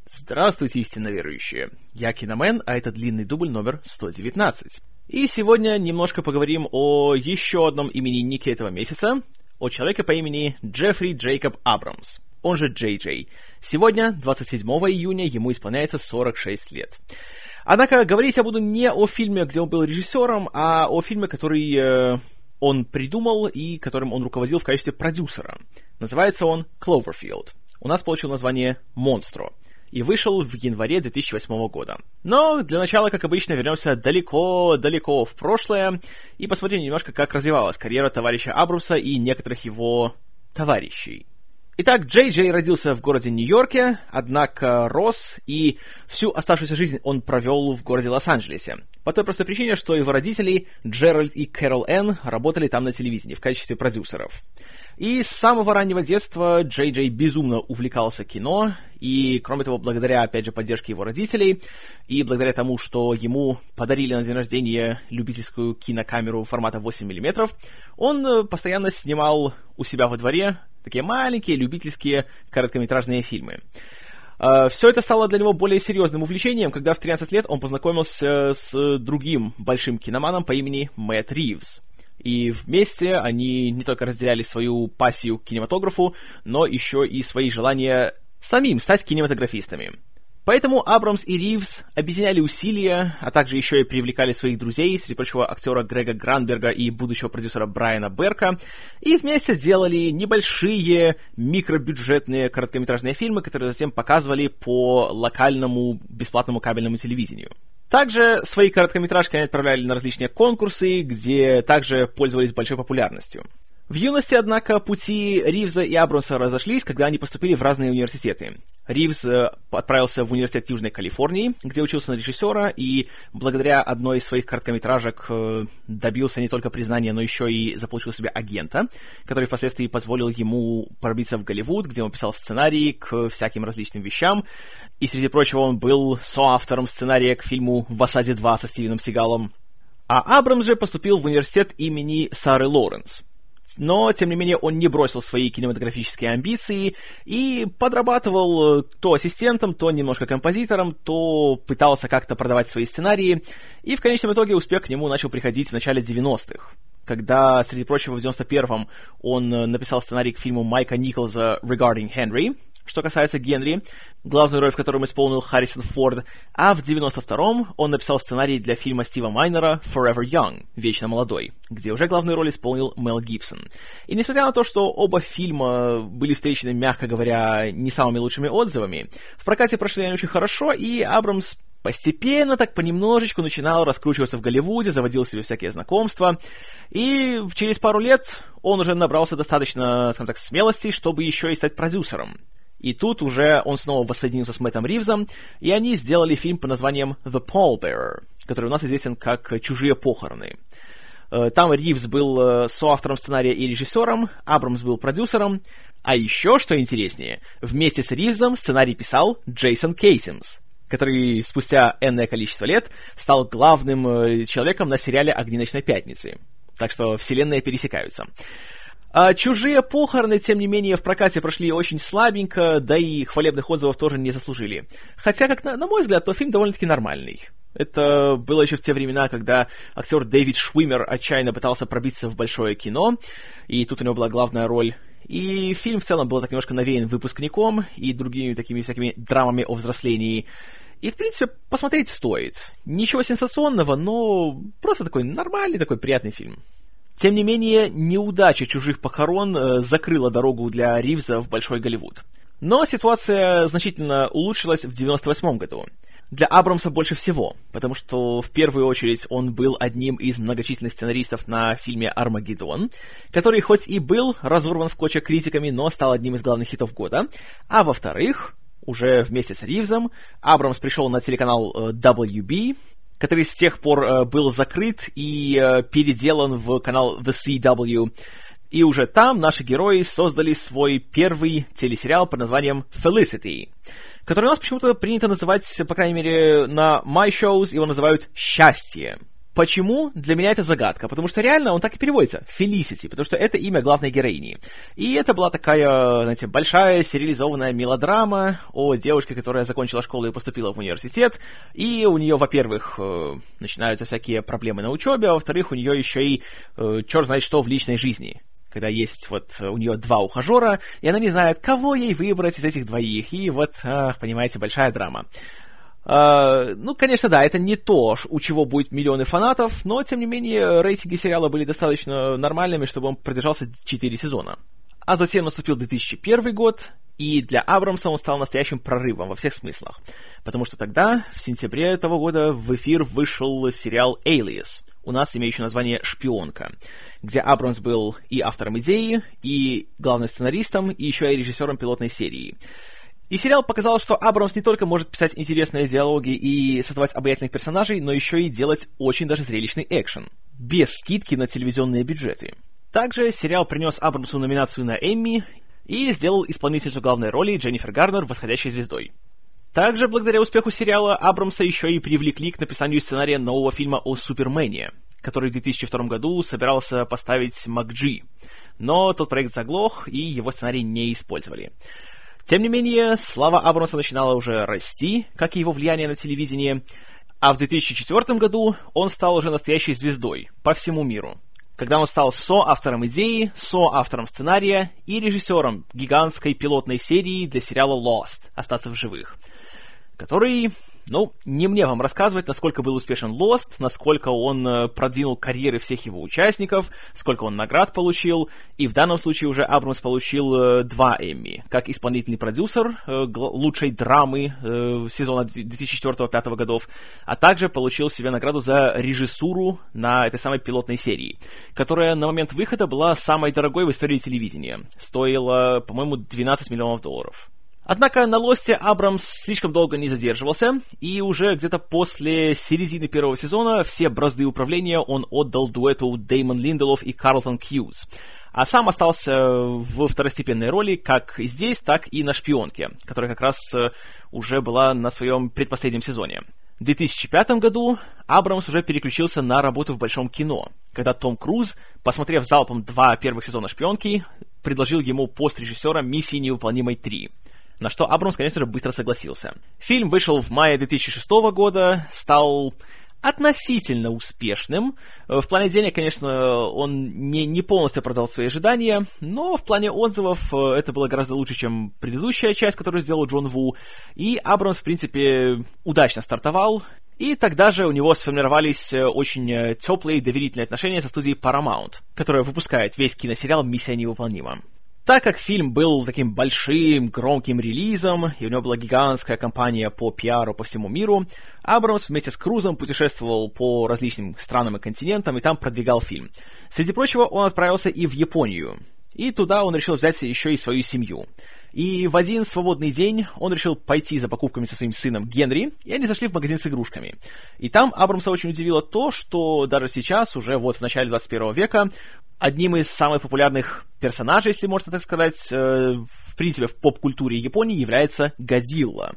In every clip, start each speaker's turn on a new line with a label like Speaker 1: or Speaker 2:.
Speaker 1: Здравствуйте, истинно верующие! Я Киномен, а это длинный дубль номер 119. И сегодня немножко поговорим о еще одном имениннике этого месяца, о человеке по имени Джеффри Джейкоб Абрамс, он же Джей Джей. Сегодня, 27 июня, ему исполняется 46 лет. Однако говорить я буду не о фильме, где он был режиссером, а о фильме, который он придумал и которым он руководил в качестве продюсера. Называется он «Cloverfield». У нас получил название «Монстро» и вышел в январе 2008 года. Но для начала, как обычно, вернемся далеко-далеко в прошлое и посмотрим немножко, как развивалась карьера товарища Абрамса и некоторых его товарищей. Итак, Джей Джей родился в городе Нью-Йорке, однако рос и всю оставшуюся жизнь он провел в городе Лос-Анджелесе. По той простой причине, что его родители, Джеральд и Кэрол Энн, работали там на телевидении в качестве продюсеров. И с самого раннего детства Джей Джей безумно увлекался кино, и, кроме того, благодаря, опять же, поддержке его родителей, и благодаря тому, что ему подарили на день рождения любительскую кинокамеру формата 8 мм, он постоянно снимал у себя во дворе такие маленькие любительские короткометражные фильмы. Все это стало для него более серьезным увлечением, когда в 13 лет он познакомился с другим большим киноманом по имени Мэтт Ривз. И вместе они не только разделяли свою пассию к кинематографу, но еще и свои желания самим стать кинематографистами. Поэтому Абрамс и Ривз объединяли усилия, а также еще и привлекали своих друзей, среди прочего актера Грега Гранберга и будущего продюсера Брайана Берка, и вместе делали небольшие микробюджетные короткометражные фильмы, которые затем показывали по локальному бесплатному кабельному телевидению. Также свои короткометражки они отправляли на различные конкурсы, где также пользовались большой популярностью. В юности, однако, пути Ривза и Абрамса разошлись, когда они поступили в разные университеты. Ривз отправился в университет Южной Калифорнии, где учился на режиссера, и благодаря одной из своих короткометражек добился не только признания, но еще и заполучил себе агента, который впоследствии позволил ему пробиться в Голливуд, где он писал сценарии к всяким различным вещам. И, среди прочего, он был соавтором сценария к фильму «В осаде 2» со Стивеном Сигалом. А Абрамс же поступил в университет имени Сары Лоуренс. Но, тем не менее, он не бросил свои кинематографические амбиции и подрабатывал то ассистентом, то немножко композитором, то пытался как-то продавать свои сценарии, и в конечном итоге успех к нему начал приходить в начале 90-х, когда, среди прочего, в 91-м он написал сценарий к фильму Майка Николса «Regarding Henry», что касается Генри, главную роль в котором исполнил Харрисон Форд, а в 92-м он написал сценарий для фильма Стива Майнера «Forever Young» «Вечно молодой», где уже главную роль исполнил Мел Гибсон. И несмотря на то, что оба фильма были встречены, мягко говоря, не самыми лучшими отзывами, в прокате прошли они очень хорошо, и Абрамс постепенно, так понемножечку начинал раскручиваться в Голливуде, заводил себе всякие знакомства, и через пару лет он уже набрался достаточно, скажем так, смелости, чтобы еще и стать продюсером. И тут уже он снова воссоединился с Мэттом Ривзом, и они сделали фильм под названием «The Pallbearer», который у нас известен как «Чужие похороны». Там Ривз был соавтором сценария и режиссером, Абрамс был продюсером, а еще, что интереснее, вместе с Ривзом сценарий писал Джейсон Кейтимс, который спустя энное количество лет стал главным человеком на сериале «Огни ночной пятницы». Так что вселенные пересекаются. А «Чужие похороны», тем не менее, в прокате прошли очень слабенько, да и хвалебных отзывов тоже не заслужили. Хотя, как на мой взгляд, то фильм довольно-таки нормальный. Это было еще в те времена, когда актер Дэвид Швиммер отчаянно пытался пробиться в большое кино, и тут у него была главная роль. И фильм в целом был так немножко навеян «Выпускником» и другими такими всякими драмами о взрослении. И, в принципе, посмотреть стоит. Ничего сенсационного, но просто такой нормальный, такой приятный фильм. Тем не менее, неудача «Чужих похорон» закрыла дорогу для Ривза в Большой Голливуд. Но ситуация значительно улучшилась в 98 году. Для Абрамса больше всего, потому что в первую очередь он был одним из многочисленных сценаристов на фильме «Армагеддон», который хоть и был разорван в клочья критиками, но стал одним из главных хитов года. А во-вторых, уже вместе с Ривзом, Абрамс пришел на телеканал WB, который с тех пор был закрыт и переделан в канал The CW. И уже там наши герои создали свой первый телесериал под названием Felicity, который у нас почему-то принято называть, по крайней мере, на My Shows его называют «Счастье». Почему? Для меня это загадка, потому что реально он так и переводится — Felicity, потому что это имя главной героини. И это была такая, знаете, большая сериализованная мелодрама о девушке, которая закончила школу и поступила в университет, и у нее, во-первых, начинаются всякие проблемы на учебе, а во-вторых, у нее еще и черт знает что в личной жизни. Когда есть вот у нее 2 ухажера, и она не знает, кого ей выбрать из этих двоих, и вот, понимаете, большая драма. Ну, конечно, да, это не то, у чего будет миллионы фанатов, но, тем не менее, рейтинги сериала были достаточно нормальными, чтобы он продержался 4 сезона. А затем наступил 2001 год, и для Абрамса он стал настоящим прорывом во всех смыслах. Потому что тогда, в сентябре этого года, в эфир вышел сериал «Alias», у нас имеющий название «Шпионка», где Абрамс был и автором идеи, и главным сценаристом, и еще и режиссером пилотной серии. И сериал показал, что Абрамс не только может писать интересные диалоги и создавать обаятельных персонажей, но еще и делать очень даже зрелищный экшен, без скидки на телевизионные бюджеты. Также сериал принес Абрамсу номинацию на Эмми и сделал исполнительницу главной роли Дженнифер Гарнер восходящей звездой. Также, благодаря успеху сериала, Абрамса еще и привлекли к написанию сценария нового фильма о Супермене, который в 2002 году собирался поставить МакДжи, но тот проект заглох, и его сценарий не использовали. Тем не менее, слава Абрамса начинала уже расти, как и его влияние на телевидение, а в 2004 году он стал уже настоящей звездой по всему миру, когда он стал соавтором идеи, соавтором сценария и режиссером гигантской пилотной серии для сериала Lost «Остаться в живых», который, не мне вам рассказывать, насколько был успешен Lost, насколько он продвинул карьеры всех его участников, сколько он наград получил, и в данном случае уже Абрамс получил 2 Эмми, как исполнительный продюсер лучшей драмы сезона 2004-2005 годов, а также получил себе награду за режиссуру на этой самой пилотной серии, которая на момент выхода была самой дорогой в истории телевидения, стоила, по-моему, $12 миллионов. Однако на Лосте Абрамс слишком долго не задерживался, и уже где-то после середины 1-го сезона все бразды управления он отдал дуэту Дэймон Линделов и Карлтон Кьюз, а сам остался в второстепенной роли как здесь, так и на «Шпионке», которая как раз уже была на своем предпоследнем сезоне. В 2005 году Абрамс уже переключился на работу в большом кино, когда Том Круз, посмотрев залпом 2 первых сезона «Шпионки», предложил ему пост режиссера «Миссии невыполнимой 3». На что Абрамс, конечно же, быстро согласился. Фильм вышел в мае 2006 года, стал относительно успешным. В плане денег, конечно, он не полностью оправдал свои ожидания, но в плане отзывов это было гораздо лучше, чем предыдущая часть, которую сделал Джон Ву. И Абрамс, в принципе, удачно стартовал. И тогда же у него сформировались очень теплые и доверительные отношения со студией Paramount, которая выпускает весь киносериал «Миссия невыполнима». Так как фильм был таким большим, громким релизом, и у него была гигантская кампания по пиару по всему миру, Абрамс вместе с Крузом путешествовал по различным странам и континентам, и там продвигал фильм. Среди прочего, он отправился и в Японию. И туда он решил взять еще и свою семью. И в один свободный день он решил пойти за покупками со своим сыном Генри, и они зашли в магазин с игрушками. И там Абрамса очень удивило то, что даже сейчас, уже вот в начале 21 века, одним из самых популярных персонажей, если можно так сказать, в принципе, в поп-культуре Японии является Годзилла.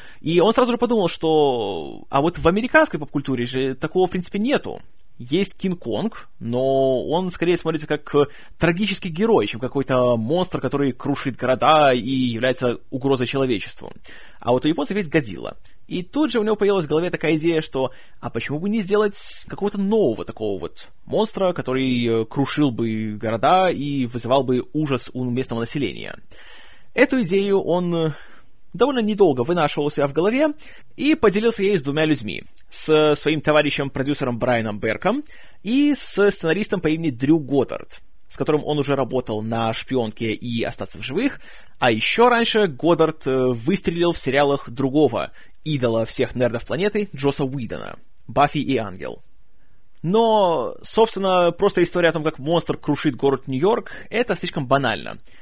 Speaker 1: И он сразу же подумал, что... А вот в американской поп-культуре же такого, в принципе, нету. Есть Кинг-Конг, но он скорее смотрится как трагический герой, чем какой-то монстр, который крушит города и является угрозой человечеству. А вот у японцев есть Годзилла. И тут же у него появилась в голове такая идея, что а почему бы не сделать какого-то нового такого вот монстра, который крушил бы города и вызывал бы ужас у местного населения. Эту идею он довольно недолго вынашивал у себя в голове и поделился ей с 2 людьми. С своим товарищем-продюсером Брайаном Берком и с сценаристом по имени Дрю Годдард, с которым он уже работал на «Шпионке» и «Остаться в живых», а еще раньше Годдард выстрелил в сериалах другого идола всех нердов планеты Джосса Уидона «Баффи и Ангел». Но, собственно, просто история о том, как монстр крушит город Нью-Йорк, это слишком банально.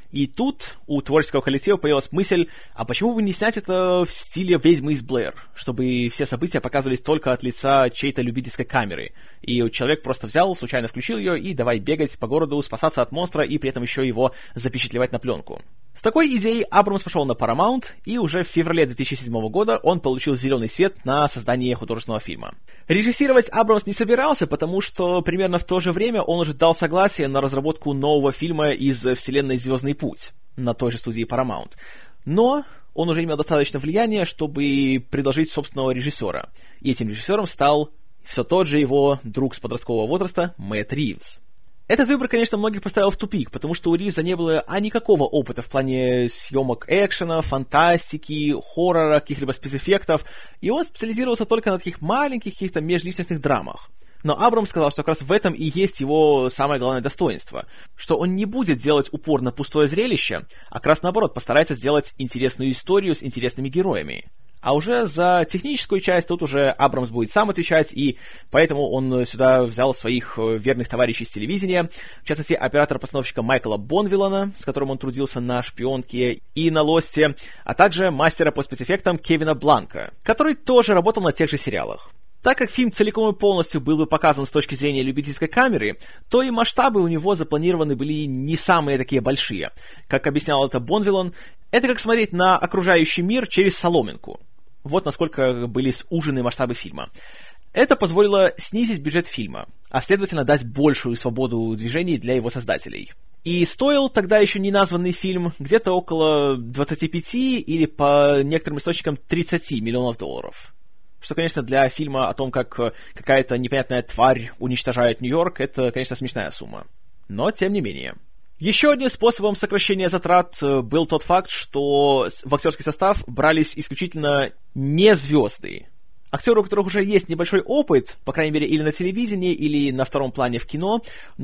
Speaker 1: И тут у творческого коллектива появилась мысль, а почему бы не снять это в стиле «Ведьмы из Блэр», чтобы все события показывались только от лица чьей-то любительской камеры. И человек просто взял, случайно включил ее и давай бегать по городу, спасаться от монстра и при этом еще его запечатлевать на пленку. С такой идеей Абрамс пошел на Paramount, и уже в феврале 2007 года он получил зеленый свет на создание художественного фильма. Режиссировать Абрамс не собирался, потому что примерно в то же время он уже дал согласие на разработку нового фильма из вселенной «Звездный путь» на той же студии Paramount. Но он уже имел достаточно влияния, чтобы предложить собственного режиссера. И этим режиссером стал все тот же его друг с подросткового возраста Мэтт Ривз. Этот выбор, конечно, многих поставил в тупик, потому что у Ривза не было никакого опыта в плане съемок экшена, фантастики, хоррора, каких-либо спецэффектов, и он специализировался только на таких маленьких каких-то межличностных драмах. Но Абрамс сказал, что как раз в этом и есть его самое главное достоинство, что он не будет делать упор на пустое зрелище, а как раз наоборот постарается сделать интересную историю с интересными героями. А уже за техническую часть тут уже Абрамс будет сам отвечать, и поэтому он сюда взял своих верных товарищей с телевидения, в частности, оператора-постановщика Майкла Бонвиллана, с которым он трудился на «Шпионке» и на «Лосте», а также мастера по спецэффектам Кевина Бланка, который тоже работал на тех же сериалах. Так как фильм целиком и полностью был бы показан с точки зрения любительской камеры, то и масштабы у него запланированы были не самые такие большие. Как объяснял это Бонвиллан, это как смотреть на окружающий мир через соломинку. Вот насколько были сужены масштабы фильма. Это позволило снизить бюджет фильма, а следовательно дать большую свободу движений для его создателей. И стоил тогда еще не названный фильм где-то около 25 или по некоторым источникам 30 миллионов долларов. Что, конечно, для фильма о том, как какая-то непонятная тварь уничтожает Нью-Йорк, это, конечно, смешная сумма. Но, тем не менее. Еще одним способом сокращения затрат был тот факт, что в актерский состав брались исключительно не звезды. Актеры, у которых уже есть небольшой опыт, по крайней мере, или на телевидении, или на втором плане в кино,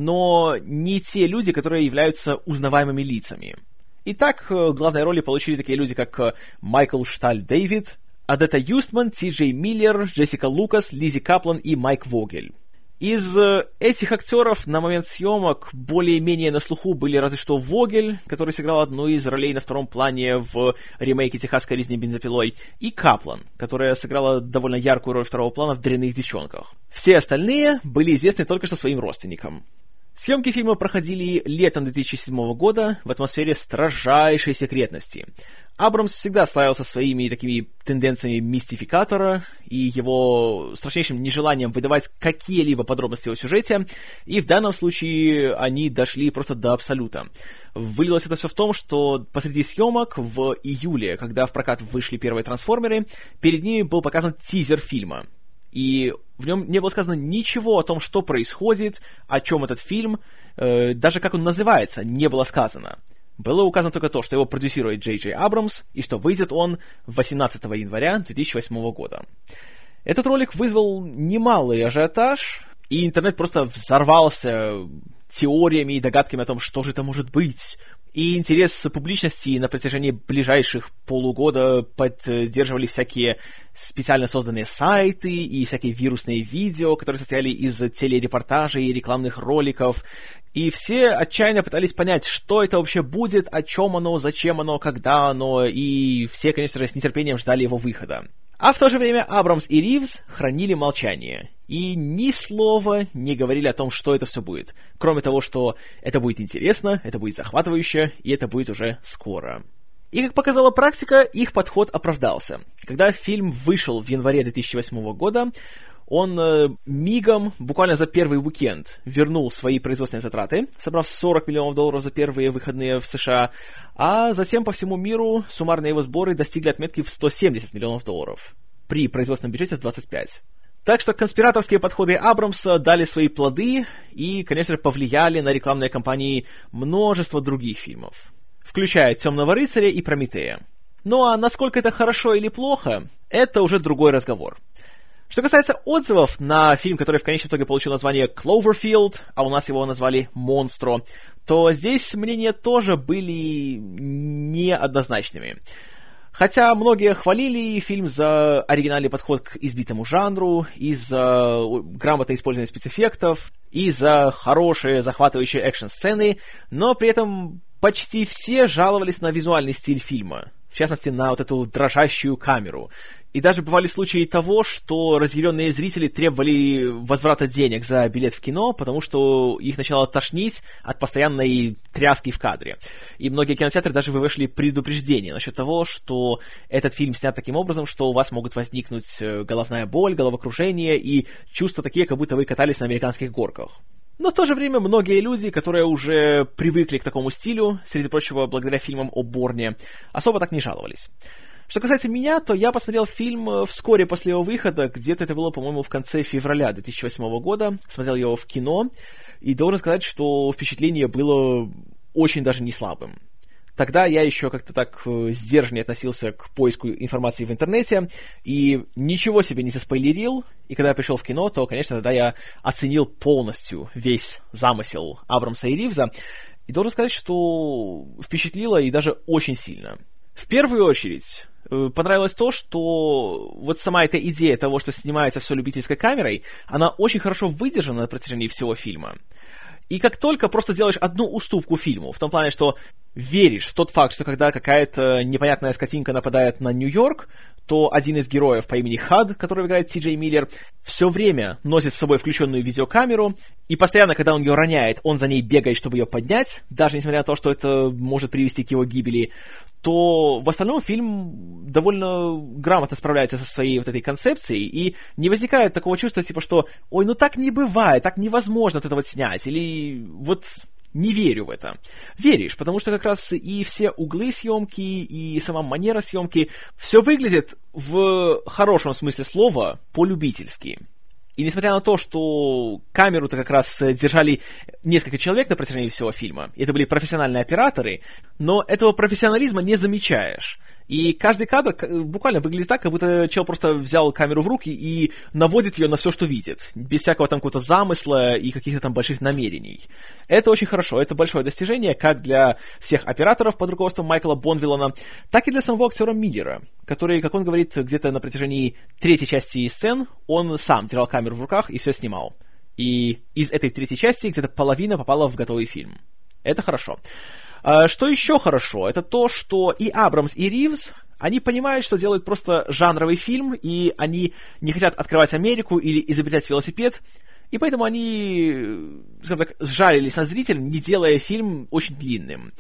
Speaker 1: но не те люди, которые являются узнаваемыми лицами. Итак, главные роли получили такие люди, как Майкл Шталь-Дэвид, Адетта Юстман, Ти Джей Миллер, Джессика Лукас, Лиззи Каплан и Майк Вогель. Из этих актеров на момент съемок более-менее на слуху были разве что Вогель, который сыграл одну из ролей на втором плане в ремейке «Техасской резни бензопилой», и Каплан, которая сыграла довольно яркую роль второго плана в «Дрянных девчонках». Все остальные были известны только что своим родственникам. Съемки фильма проходили летом 2007 года в атмосфере строжайшей секретности. Абрамс всегда славился своими такими тенденциями мистификатора и его страшнейшим нежеланием выдавать какие-либо подробности о сюжете, и в данном случае они дошли просто до абсолюта. Вылилось это все в том, что посреди съемок в июле, когда в прокат вышли первые «Трансформеры», перед ними был показан тизер фильма. И в нем не было сказано ничего о том, что происходит, о чем этот фильм, даже как он называется, не было сказано. Было указано только то, что его продюсирует Джей Джей Абрамс, и что выйдет он 18 января 2008 года. Этот ролик вызвал немалый ажиотаж, и интернет просто взорвался теориями и догадками о том, что же это может быть. И интерес публичности на протяжении ближайших полугода поддерживали всякие специально созданные сайты и всякие вирусные видео, которые состояли из телерепортажей и рекламных роликов. И все отчаянно пытались понять, что это вообще будет, о чем оно, зачем оно, когда оно, и все, конечно же, с нетерпением ждали его выхода. А в то же время Абрамс и Ривз хранили молчание и ни слова не говорили о том, что это все будет, кроме того, что это будет интересно, это будет захватывающе, и это будет уже скоро. И, как показала практика, их подход оправдался. Когда фильм вышел в январе 2008 года, он мигом, буквально за первый уикенд, вернул свои производственные затраты, собрав $40 миллионов за первые выходные в США, а затем по всему миру суммарные его сборы достигли отметки в $170 миллионов при производственном бюджете в 25. Так что конспираторские подходы Абрамса дали свои плоды и, конечно же, повлияли на рекламные кампании множества других фильмов, включая «Темного рыцаря» и «Прометея». Ну а насколько это хорошо или плохо, это уже другой разговор. Что касается отзывов на фильм, который в конечном итоге получил название «Cloverfield», а у нас его назвали «Монстро», то здесь мнения тоже были неоднозначными. Хотя многие хвалили фильм за оригинальный подход к избитому жанру, и за грамотное использование спецэффектов, и за хорошие захватывающие экшн-сцены, но при этом почти все жаловались на визуальный стиль фильма, в частности, на вот эту дрожащую камеру. И даже бывали случаи того, что разъяренные зрители требовали возврата денег за билет в кино, потому что их начало тошнить от постоянной тряски в кадре. И многие кинотеатры даже вывешивали предупреждение насчет того, что этот фильм снят таким образом, что у вас могут возникнуть головная боль, головокружение и чувства такие, как будто вы катались на американских горках. Но в то же время многие люди, которые уже привыкли к такому стилю, среди прочего, благодаря фильмам о Борне, особо так не жаловались. Что касается меня, то я посмотрел фильм вскоре после его выхода, где-то это было, по-моему, в конце февраля 2008 года, смотрел его в кино, и должен сказать, что впечатление было очень даже не слабым. Тогда я еще как-то так сдержаннее относился к поиску информации в интернете, и ничего себе не заспойлерил, и когда я пришел в кино, то, конечно, тогда я оценил полностью весь замысел Абрамса и Ривза, и должен сказать, что впечатлило и даже очень сильно. В первую очередь понравилось то, что вот сама эта идея того, что снимается все любительской камерой, она очень хорошо выдержана на протяжении всего фильма. И как только просто делаешь одну уступку фильму, в том плане, что веришь в тот факт, что когда какая-то непонятная скотинка нападает на Нью-Йорк, то один из героев по имени Хад, который играет Ти Джей Миллер, все время носит с собой включенную видеокамеру, и постоянно, когда он ее роняет, он за ней бегает, чтобы ее поднять, даже несмотря на то, что это может привести к его гибели, то в остальном фильм довольно грамотно справляется со своей вот этой концепцией, и не возникает такого чувства, типа, что «Ой, ну так не бывает, так невозможно вот это вот снять», или вот не верю в это. Веришь, потому что как раз и все углы съемки, и сама манера съемки, все выглядит в хорошем смысле слова по-любительски. И несмотря на то, что камеру-то как раз держали несколько человек на протяжении всего фильма, и это были профессиональные операторы, но этого профессионализма не замечаешь. И каждый кадр буквально выглядит так, как будто чел просто взял камеру в руки и наводит ее на все, что видит, без всякого там какого-то замысла и каких-то там больших намерений. Это очень хорошо, это большое достижение как для всех операторов под руководством Майкла Бонвиллана, так и для самого актера Миллера, который, как он говорит, где-то на протяжении третьей части сцен он сам держал камеру в руках и все снимал. И из этой третьей части где-то половина попала в готовый фильм. Это хорошо. Что еще хорошо, это то, что и Абрамс, и Ривз, они понимают, что делают просто жанровый фильм, и они не хотят открывать Америку или изобретать велосипед, и поэтому они, скажем так, сжалились на зрителя, не делая фильм очень длинным.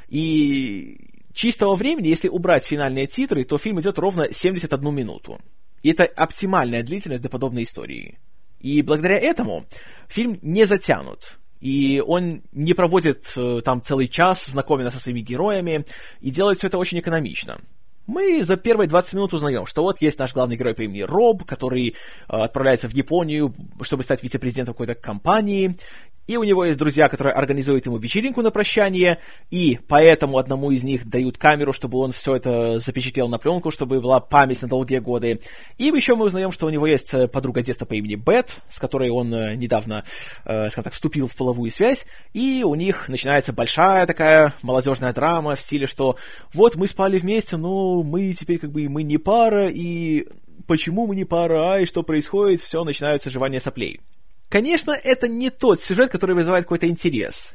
Speaker 1: И чистого времени, если убрать финальные титры, то фильм идет ровно 71 минуту. И это оптимальная длительность для подобной истории. И благодаря этому фильм не затянут. И он не проводит там целый час, знакомя нас со своими героями, и делает все это очень экономично. Мы за первые 20 минут узнаем, что вот есть наш главный герой по имени Роб, который отправляется в Японию, чтобы стать вице-президентом какой-то компании, и у него есть друзья, которые организуют ему вечеринку на прощание, и поэтому одному из них дают камеру, чтобы он все это запечатлел на пленку, чтобы была память на долгие годы. И еще мы узнаем, что у него есть подруга детства по имени Бет, с которой он недавно, скажем так, вступил в половую связь, и у них начинается большая такая молодежная драма в стиле, что вот мы спали вместе, но мы теперь как бы мы не пара, и почему мы не пара, и что происходит, все, начинаются жевания соплей. Конечно, это не тот сюжет, который вызывает какой-то интерес.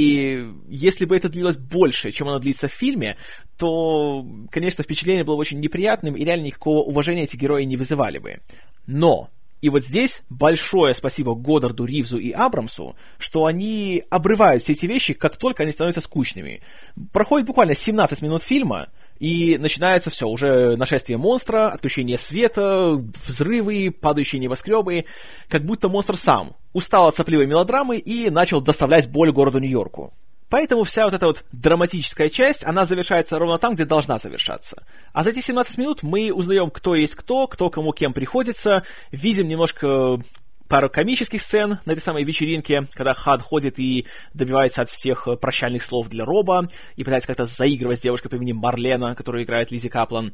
Speaker 1: И если бы это длилось больше, чем оно длится в фильме, то, конечно, впечатление было бы очень неприятным, и реально никакого уважения эти герои не вызывали бы. Но, и вот здесь большое спасибо Годдарду, Ривзу и Абрамсу, что они обрывают все эти вещи, как только они становятся скучными. Проходит буквально 17 минут фильма, и начинается все, уже нашествие монстра, отключение света, взрывы, падающие небоскребы, как будто монстр сам устал от сопливой мелодрамы и начал доставлять боль городу Нью-Йорку. Поэтому вся вот эта вот драматическая часть, она завершается ровно там, где должна завершаться. А за эти 17 минут мы узнаем, кто есть кто кому кем приходится, видим немножко пару комических сцен на этой самой вечеринке, когда Хад ходит и добивается от всех прощальных слов для Роба и пытается как-то заигрывать с девушкой по имени Марлена, которую играет Лиззи Каплан.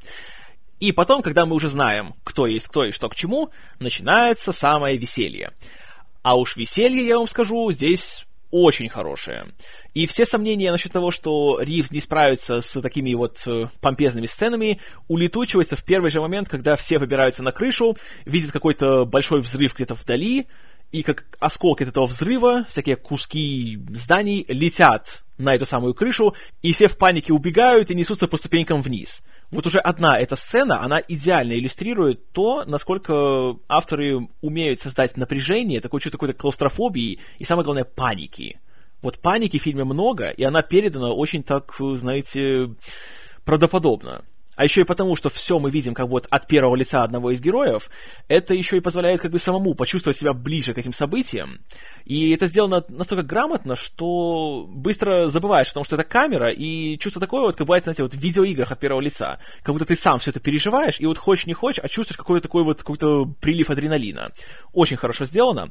Speaker 1: И потом, когда мы уже знаем, кто есть кто и что к чему, начинается самое веселье. А уж веселье, я вам скажу, здесь очень хорошее. И все сомнения насчет того, что Ривз не справится с такими вот помпезными сценами, улетучиваются в первый же момент, когда все выбираются на крышу, видят какой-то большой взрыв где-то вдали, и как осколки от этого взрыва, всякие куски зданий летят на эту самую крышу, и все в панике убегают и несутся по ступенькам вниз. Вот уже одна эта сцена, она идеально иллюстрирует то, насколько авторы умеют создать напряжение, такое чувство какой-то клаустрофобии и, самое главное, паники. Вот паники в фильме много, и она передана очень так, знаете, правдоподобно. А еще и потому, что все мы видим как бы вот от первого лица одного из героев, это еще и позволяет как бы самому почувствовать себя ближе к этим событиям. И это сделано настолько грамотно, что быстро забываешь о том, что это камера, и чувство такое вот, как бывает, знаете, вот в видеоиграх от первого лица. Как будто ты сам все это переживаешь, и вот хочешь не хочешь, а чувствуешь какой-то такой вот какой-то прилив адреналина. Очень хорошо сделано.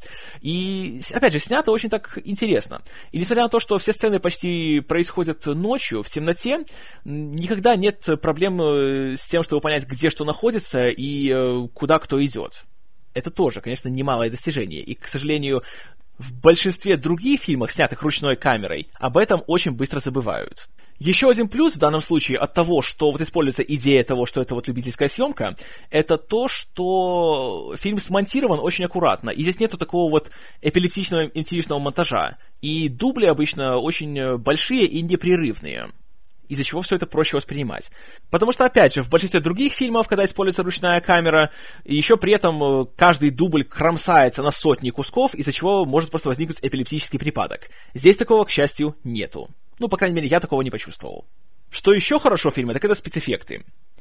Speaker 1: И, опять же, снято очень так интересно. И несмотря на то, что все сцены почти происходят ночью, в темноте, никогда нет проблем с тем, чтобы понять, где что находится и куда кто идет. Это тоже, конечно, немалое достижение. И, к сожалению, в большинстве других фильмов, снятых ручной камерой, об этом очень быстро забывают. Еще один плюс в данном случае от того, что вот используется идея того, что это вот любительская съемка, это то, что фильм смонтирован очень аккуратно, и здесь нету такого вот эпилептичного MTV-шного монтажа. И дубли обычно очень большие и непрерывные, из-за чего все это проще воспринимать. Потому что, опять же, в большинстве других фильмов, когда используется ручная камера, еще при этом каждый дубль кромсается на сотни кусков, из-за чего может просто возникнуть эпилептический припадок. Здесь такого, к счастью, нету. Ну, по крайней мере, я такого не почувствовал. Что еще хорошо в фильме, так это спецэффекты.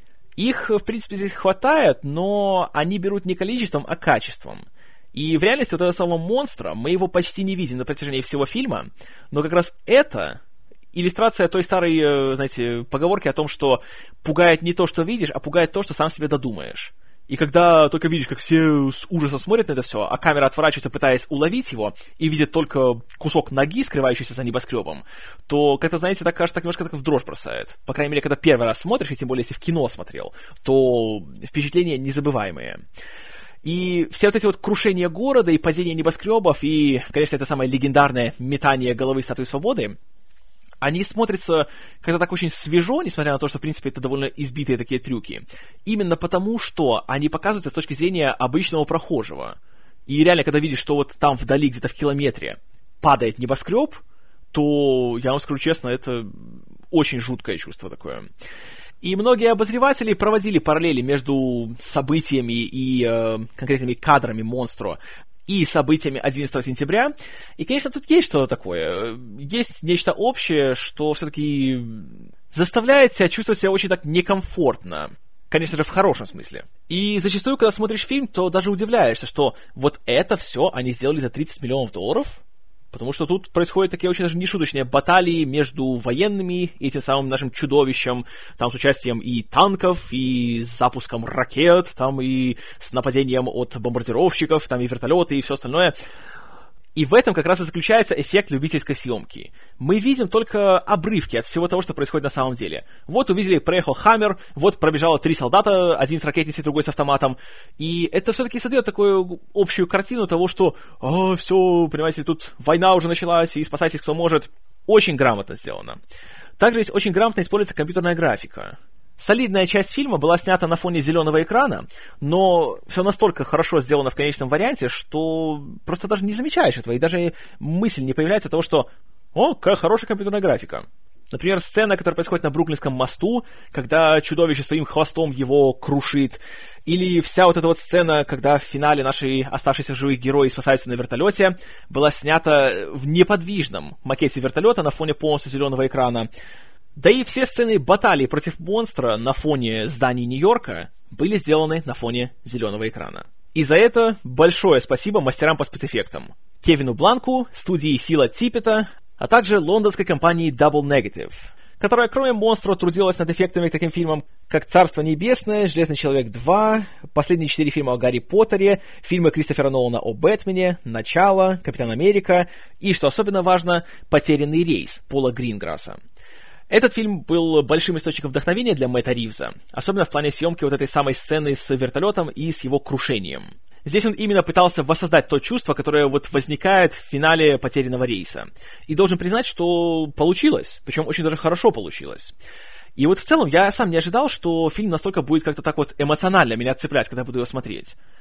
Speaker 1: Их, в принципе, здесь хватает, но они берут не количеством, а качеством. И в реальности вот этого самого монстра мы его почти не видим на протяжении всего фильма, но как раз это иллюстрация той старой, знаете, поговорки о том, что пугает не то, что видишь, а пугает то, что сам себе додумаешь. И когда только видишь, как все с ужасом смотрят на это все, а камера отворачивается, пытаясь уловить его, и видит только кусок ноги, скрывающийся за небоскребом, то, как-то, знаете, так кажется, так немножко так в дрожь бросает. По крайней мере, когда первый раз смотришь, и тем более, если в кино смотрел, то впечатления незабываемые. И все вот эти вот крушения города, и падение небоскребов, и, конечно, это самое легендарное метание головы Статуи Свободы, они смотрятся как-то так очень свежо, несмотря на то, что, в принципе, это довольно избитые такие трюки. Именно потому, что они показываются с точки зрения обычного прохожего. И реально, когда видишь, что вот там вдали, где-то в километре, падает небоскреб, то, я вам скажу честно, это очень жуткое чувство такое. И многие обозреватели проводили параллели между событиями и конкретными кадрами монстра и событиями 11 сентября. И, конечно, тут есть что-то такое. Есть нечто общее, что все-таки заставляет тебя чувствовать себя очень так некомфортно. Конечно же, в хорошем смысле. И зачастую, когда смотришь фильм, то даже удивляешься, что вот это все они сделали за $30 миллионов. Потому что тут происходят такие очень даже нешуточные баталии между военными и этим самым нашим чудовищем, там с участием и танков, и с запуском ракет, там и с нападением от бомбардировщиков, там и вертолеты, и все остальное. И в этом как раз и заключается эффект любительской съемки. Мы видим только обрывки от всего того, что происходит на самом деле. Вот увидели, проехал Хаммер, вот пробежало 3 солдата, один с ракетницей, другой с автоматом. И это все-таки создает такую общую картину того, что все, понимаете, тут война уже началась, и спасайтесь, кто может. Очень грамотно сделано. Также здесь очень грамотно используется компьютерная графика. Солидная часть фильма была снята на фоне зеленого экрана, но все настолько хорошо сделано в конечном варианте, что просто даже не замечаешь этого, и даже мысль не появляется того, что какая хорошая компьютерная графика. Например, сцена, которая происходит на Бруклинском мосту, когда чудовище своим хвостом его крушит, или вся вот эта вот сцена, когда в финале наши оставшиеся живых герои спасаются на вертолете, была снята в неподвижном макете вертолета на фоне полностью зеленого экрана. Да и все сцены баталий против монстра на фоне зданий Нью-Йорка были сделаны на фоне зеленого экрана. И за это большое спасибо мастерам по спецэффектам. Кевину Бланку, студии Фила Типпета, а также лондонской компании Double Negative, которая кроме монстра трудилась над эффектами к таким фильмам, как «Царство небесное», «Железный человек 2», последние 4 фильма о Гарри Поттере, фильмы Кристофера Нолана о Бэтмене, «Начало», «Капитан Америка» и, что особенно важно, «Потерянный рейс» Пола Гринграсса. Этот фильм был большим источником вдохновения для Мэтта Ривза, особенно в плане съемки вот этой самой сцены с вертолетом и с его крушением. Здесь он именно пытался воссоздать то чувство, которое вот возникает в финале «Потерянного рейса». И должен признать, что получилось, причем очень даже хорошо получилось. И вот в целом я сам не ожидал, что фильм настолько будет как-то так вот эмоционально меня цеплять, когда буду его смотреть.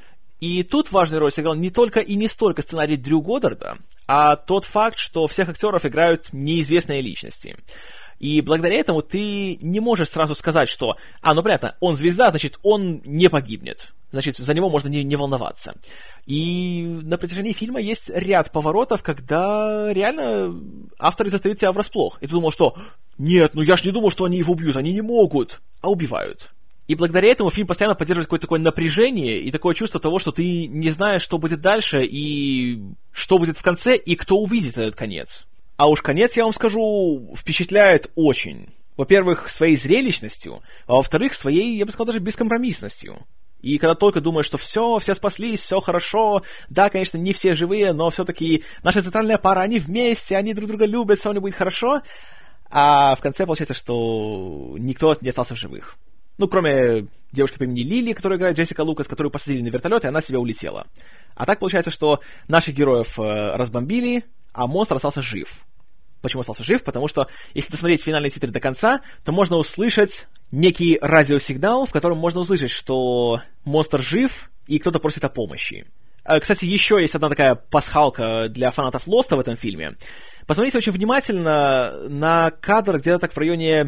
Speaker 1: И тут важную роль сыграл не только и не столько сценарий Дрю Годдарда, а тот факт, что всех актеров играют неизвестные личности. И благодаря этому ты не можешь сразу сказать, что ну понятно, он звезда, значит, он не погибнет. Значит, за него можно не волноваться. И на протяжении фильма есть ряд поворотов, когда реально авторы застают тебя врасплох. И ты думал, что нет, я ж не думал, что они его убьют, они не могут, а убивают. И благодаря этому фильм постоянно поддерживает какое-то такое напряжение и такое чувство того, что ты не знаешь, что будет дальше, и что будет в конце, и кто увидит этот конец. А уж конец, я вам скажу, впечатляет очень. Во-первых, своей зрелищностью, а во-вторых, своей, я бы сказал, даже бескомпромиссностью. И когда только думаешь, что все спаслись, все хорошо, да, конечно, не все живые, но все-таки наша центральная пара, они вместе, они друг друга любят, все будет хорошо, а в конце получается, что никто не остался в живых. Кроме девушки по имени Лили, которую играет Джессика Лукас, которую посадили на вертолет, и она себя улетела. А так получается, что наших героев разбомбили, а монстр остался жив. Почему остался жив? Потому что, если досмотреть финальные титры до конца, то можно услышать некий радиосигнал, в котором можно услышать, что монстр жив, и кто-то просит о помощи. Кстати, еще есть одна такая пасхалка для фанатов Лоста в этом фильме. Посмотрите очень внимательно на кадр где-то так в районе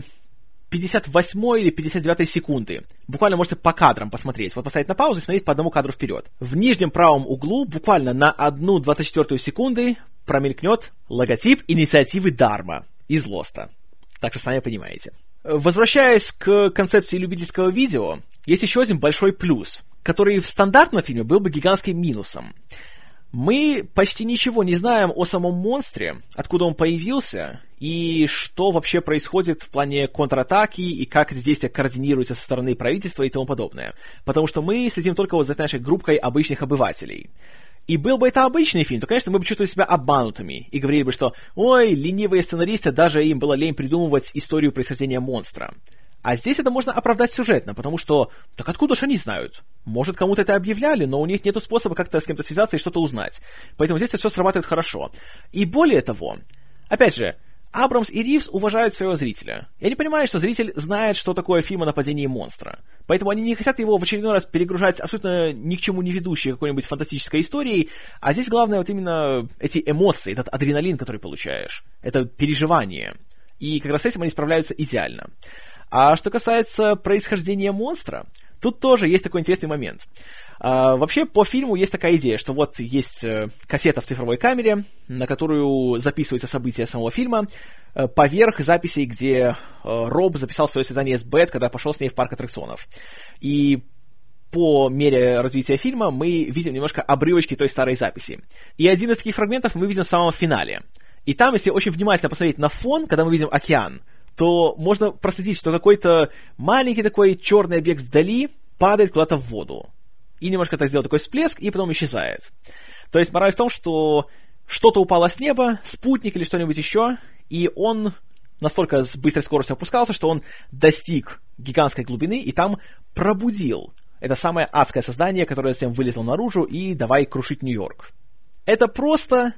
Speaker 1: 58 или 59 секунды. Буквально можете по кадрам посмотреть. Вот поставить на паузу и смотреть по одному кадру вперед. В нижнем правом углу буквально на 1/24 секунды промелькнет логотип инициативы Dharma из Лоста. Так что сами понимаете. Возвращаясь к концепции любительского видео, есть еще один большой плюс, который в стандартном фильме был бы гигантским минусом. Мы почти ничего не знаем о самом монстре, откуда он появился, и что вообще происходит в плане контратаки, и как это действие координируется со стороны правительства и тому подобное. Потому что мы следим только за нашей группой обычных обывателей. И был бы это обычный фильм, то, конечно, мы бы чувствовали себя обманутыми и говорили бы, что «Ой, ленивые сценаристы, даже им было лень придумывать историю происхождения монстра». А здесь это можно оправдать сюжетно, потому что, так откуда же они знают? Может, кому-то это объявляли, но у них нет способа как-то с кем-то связаться и что-то узнать. Поэтому здесь все срабатывает хорошо. И более того, опять же, Абрамс и Ривз уважают своего зрителя. И они понимают, что зритель знает, что такое фильм о нападении монстра. Поэтому они не хотят его в очередной раз перегружать абсолютно ни к чему не ведущей какой-нибудь фантастической историей. А здесь главное вот именно эти эмоции, этот адреналин, который получаешь. Это переживание. И как раз с этим они справляются идеально. А что касается происхождения монстра, тут тоже есть такой интересный момент. Вообще, по фильму есть такая идея, что вот есть кассета в цифровой камере, на которую записываются события самого фильма, поверх записей, где Роб записал свое свидание с Бет, когда пошел с ней в парк аттракционов. И по мере развития фильма мы видим немножко обрывочки той старой записи. И один из таких фрагментов мы видим в самом финале. И там, если очень внимательно посмотреть на фон, когда мы видим океан, то можно проследить, что какой-то маленький такой черный объект вдали падает куда-то в воду. И немножко так сделал такой всплеск, и потом исчезает. То есть мораль в том, что что-то упало с неба, спутник или что-нибудь еще, и он настолько с быстрой скоростью опускался, что он достиг гигантской глубины и там пробудил это самое адское создание, которое затем вылезло наружу и давай крушить Нью-Йорк. Это просто...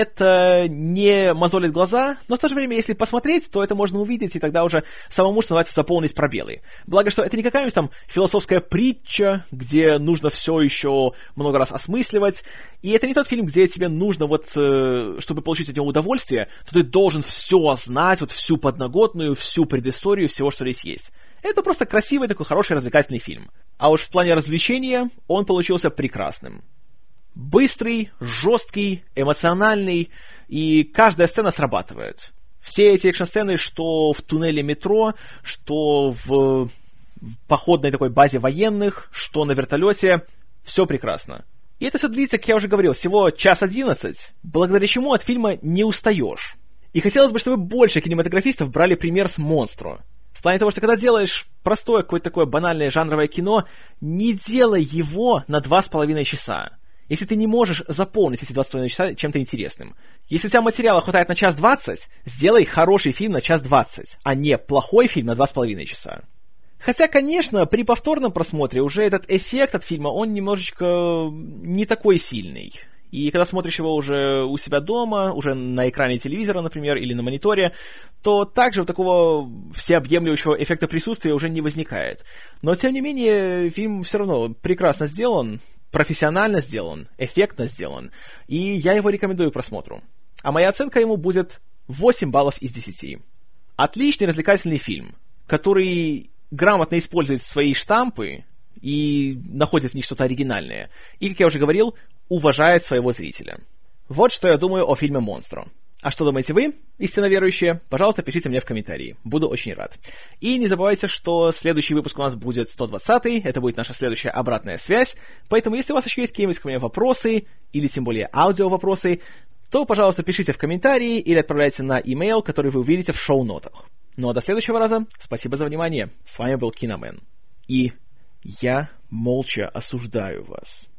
Speaker 1: Это не мозолит глаза, но в то же время, если посмотреть, то это можно увидеть, и тогда уже самому, что называется, заполнить пробелы. Благо, что это не какая-нибудь там философская притча, где нужно все еще много раз осмысливать, и это не тот фильм, где тебе нужно вот, чтобы получить от него удовольствие, то ты должен все знать, вот всю подноготную, всю предысторию всего, что здесь есть. Это просто красивый такой хороший развлекательный фильм. А уж в плане развлечения он получился прекрасным. Быстрый, жесткий, эмоциональный, и каждая сцена срабатывает. Все эти экшн-сцены, что в туннеле метро, что в походной такой базе военных, что на вертолете, все прекрасно. И это все длится, как я уже говорил, всего 1:11, благодаря чему от фильма не устаешь. И хотелось бы, чтобы больше кинематографистов брали пример с «Монстро». В плане того, что когда делаешь простое какое-то такое банальное жанровое кино, не делай его на 2,5 часа. Если ты не можешь заполнить эти 2,5 часа чем-то интересным. Если у тебя материала хватает на 1:20, сделай хороший фильм на 1:20, а не плохой фильм на 2,5 часа. Хотя, конечно, при повторном просмотре уже этот эффект от фильма, он немножечко не такой сильный. И когда смотришь его уже у себя дома, уже на экране телевизора, например, или на мониторе, то также такого всеобъемлющего эффекта присутствия уже не возникает. Но, тем не менее, фильм все равно прекрасно сделан. профессионально сделан, эффектно сделан, и я его рекомендую к просмотру. А моя оценка ему будет 8 баллов из 10. Отличный развлекательный фильм, который грамотно использует свои штампы и находит в них что-то оригинальное. И, как я уже говорил, уважает своего зрителя. Вот что я думаю о фильме «Монстро». А что думаете вы, истинно верующие? Пожалуйста, пишите мне в комментарии. Буду очень рад. И не забывайте, что следующий выпуск у нас будет 120-й. Это будет наша следующая обратная связь. Поэтому, если у вас еще есть какие-нибудь ко мне вопросы, или тем более аудио-вопросы, то, пожалуйста, пишите в комментарии или отправляйте на имейл, который вы увидите в шоу-нотах. Ну а до следующего раза. Спасибо за внимание. С вами был Киномен. И я молча осуждаю вас.